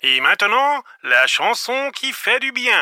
Et maintenant, la chanson qui fait du bien.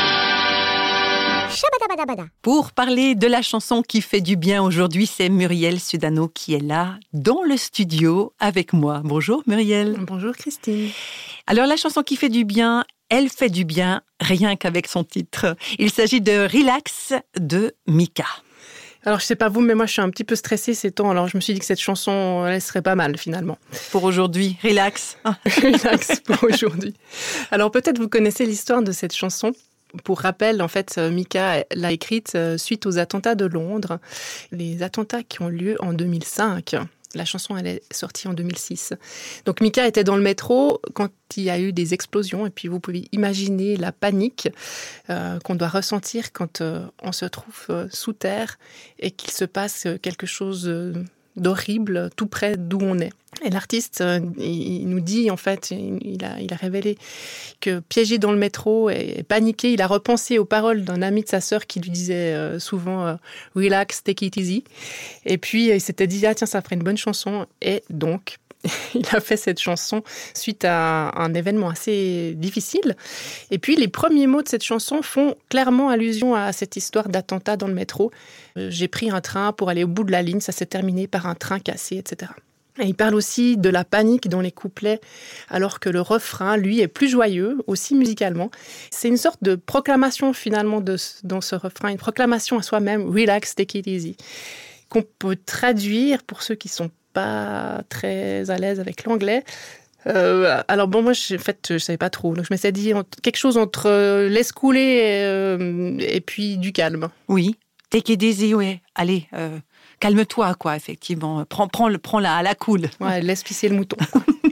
Pour parler de la chanson qui fait du bien aujourd'hui, c'est Muriel Sudano qui est là dans le studio avec moi. Bonjour Muriel. Bonjour Christine. Alors la chanson qui fait du bien, elle fait du bien rien qu'avec son titre. Il s'agit de Relax de Mika. Alors je sais pas vous, mais moi je suis un petit peu stressée ces temps, alors je me suis dit que cette chanson, elle serait pas mal finalement. Pour aujourd'hui, relax. Relax pour aujourd'hui. Alors peut-être vous connaissez l'histoire de cette chanson. Pour rappel, en fait, Mika l'a écrite suite aux attentats de Londres, les attentats qui ont lieu en 2005. La chanson, elle est sortie en 2006. Donc Mika était dans le métro quand il y a eu des explosions. Et puis vous pouvez imaginer la panique qu'on doit ressentir quand on se trouve sous terre et qu'il se passe quelque chose d'horrible tout près d'où on est. Et l'artiste, il nous dit, en fait, il a révélé que piégé dans le métro et paniqué, il a repensé aux paroles d'un ami de sa sœur qui lui disait souvent « Relax, take it easy ». Et puis, il s'était dit « Ah tiens, ça ferait une bonne chanson ». Et donc, il a fait cette chanson suite à un événement assez difficile. Et puis, les premiers mots de cette chanson font clairement allusion à cette histoire d'attentat dans le métro. J'ai pris un train pour aller au bout de la ligne, ça s'est terminé par un train cassé, etc. Et il parle aussi de la panique dans les couplets, alors que le refrain, lui, est plus joyeux, aussi musicalement. C'est une sorte de proclamation, finalement, dans ce refrain, une proclamation à soi-même, « Relax, take it easy », qu'on peut traduire, pour ceux qui ne sont pas très à l'aise avec l'anglais. Alors bon, moi, en fait, je ne savais pas trop. Donc, je m'étais dit quelque chose entre laisse couler et puis du calme. Oui, take it easy, ouais. Allez, calme-toi, quoi, effectivement. Prends-la à la cool. Ouais, laisse pisser le mouton.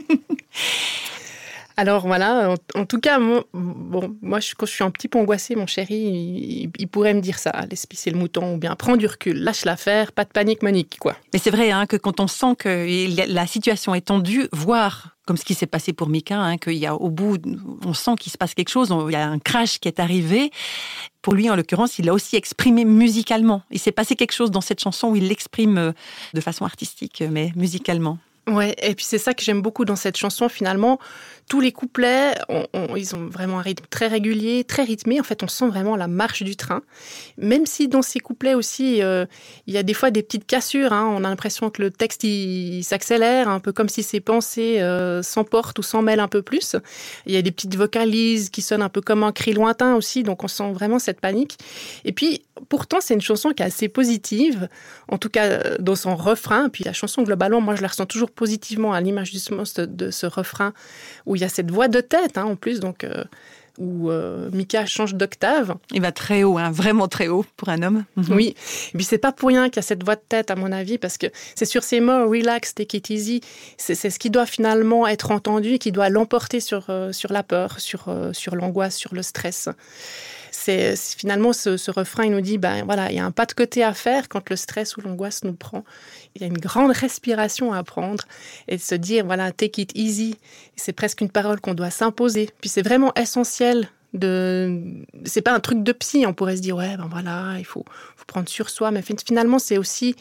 Alors voilà, en tout cas, moi, quand je suis un petit peu angoissée, mon chéri, il pourrait me dire ça, laisse pisser le mouton, ou bien prends du recul, lâche l'affaire, pas de panique, Monique, quoi. Mais c'est vrai que quand on sent que la situation est tendue, voire comme ce qui s'est passé pour Mika, qu'il y a au bout, on sent qu'il se passe quelque chose, il y a un crash qui est arrivé. Pour lui, en l'occurrence, il l'a aussi exprimé musicalement. Il s'est passé quelque chose dans cette chanson où il l'exprime de façon artistique, mais musicalement. Ouais, et puis c'est ça que j'aime beaucoup dans cette chanson, finalement. Tous les couplets, ils ont vraiment un rythme très régulier, très rythmé. En fait, on sent vraiment la marche du train. Même si dans ces couplets aussi, il y a des fois des petites cassures. On a l'impression que le texte, il s'accélère, un peu comme si ses pensées s'emportent ou s'en mêlent un peu plus. Il y a des petites vocalises qui sonnent un peu comme un cri lointain aussi, donc on sent vraiment cette panique. Et puis, pourtant, c'est une chanson qui est assez positive, en tout cas dans son refrain. Puis la chanson, globalement, moi, je la ressens toujours positivement à l'image justement de ce refrain où il y a cette voix de tête en plus, donc où Mika change d'octave. Il va très haut, vraiment très haut pour un homme. Mm-hmm. Oui, et puis c'est pas pour rien qu'il y a cette voix de tête à mon avis, parce que c'est sur ces mots « relax, take it easy », c'est ce qui doit finalement être entendu et qui doit l'emporter sur la peur, sur l'angoisse, sur le stress. C'est finalement ce refrain, il nous dit, il y a un pas de côté à faire quand le stress ou l'angoisse nous prend. Il y a une grande respiration à prendre et de se dire, voilà, take it easy. C'est presque une parole qu'on doit s'imposer. Puis c'est vraiment essentiel c'est pas un truc de psy, on pourrait se dire, il faut prendre sur soi, mais finalement, c'est aussi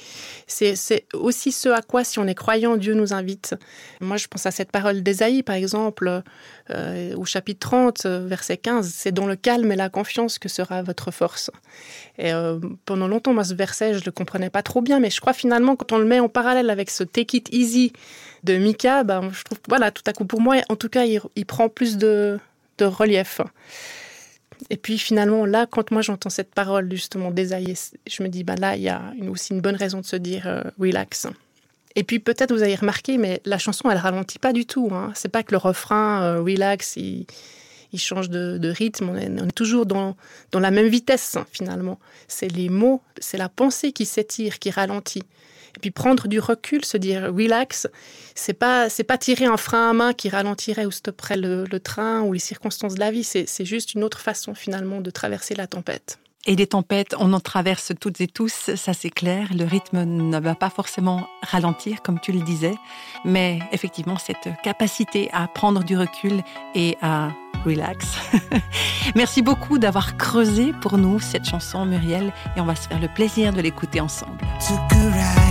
ce à quoi, si on est croyant, Dieu nous invite. Moi, je pense à cette parole d'Ésaïe, par exemple, au chapitre 30, verset 15, c'est dans le calme et la confiance que sera votre force. Et pendant longtemps, moi, ce verset, je le comprenais pas trop bien, mais je crois finalement, quand on le met en parallèle avec ce take it easy de Mika, je trouve, tout à coup, pour moi, en tout cas, il prend plus de relief. Et puis finalement, là, quand moi j'entends cette parole justement d'Ésaïe, je me dis, là, il y a aussi une bonne raison de se dire relax. Et puis peut-être vous avez remarqué, mais la chanson, elle ralentit pas du tout. C'est pas que le refrain relax, il change de rythme. On est toujours dans la même vitesse, finalement. C'est les mots, c'est la pensée qui s'étire, qui ralentit. Et puis prendre du recul, se dire relax, c'est pas tirer un frein à main qui ralentirait ou stopperait le train ou les circonstances de la vie. C'est juste une autre façon finalement de traverser la tempête. Et des tempêtes, on en traverse toutes et tous, ça c'est clair. Le rythme ne va pas forcément ralentir, comme tu le disais. Mais effectivement, cette capacité à prendre du recul et à relax. Merci beaucoup d'avoir creusé pour nous cette chanson, Muriel. Et on va se faire le plaisir de l'écouter ensemble.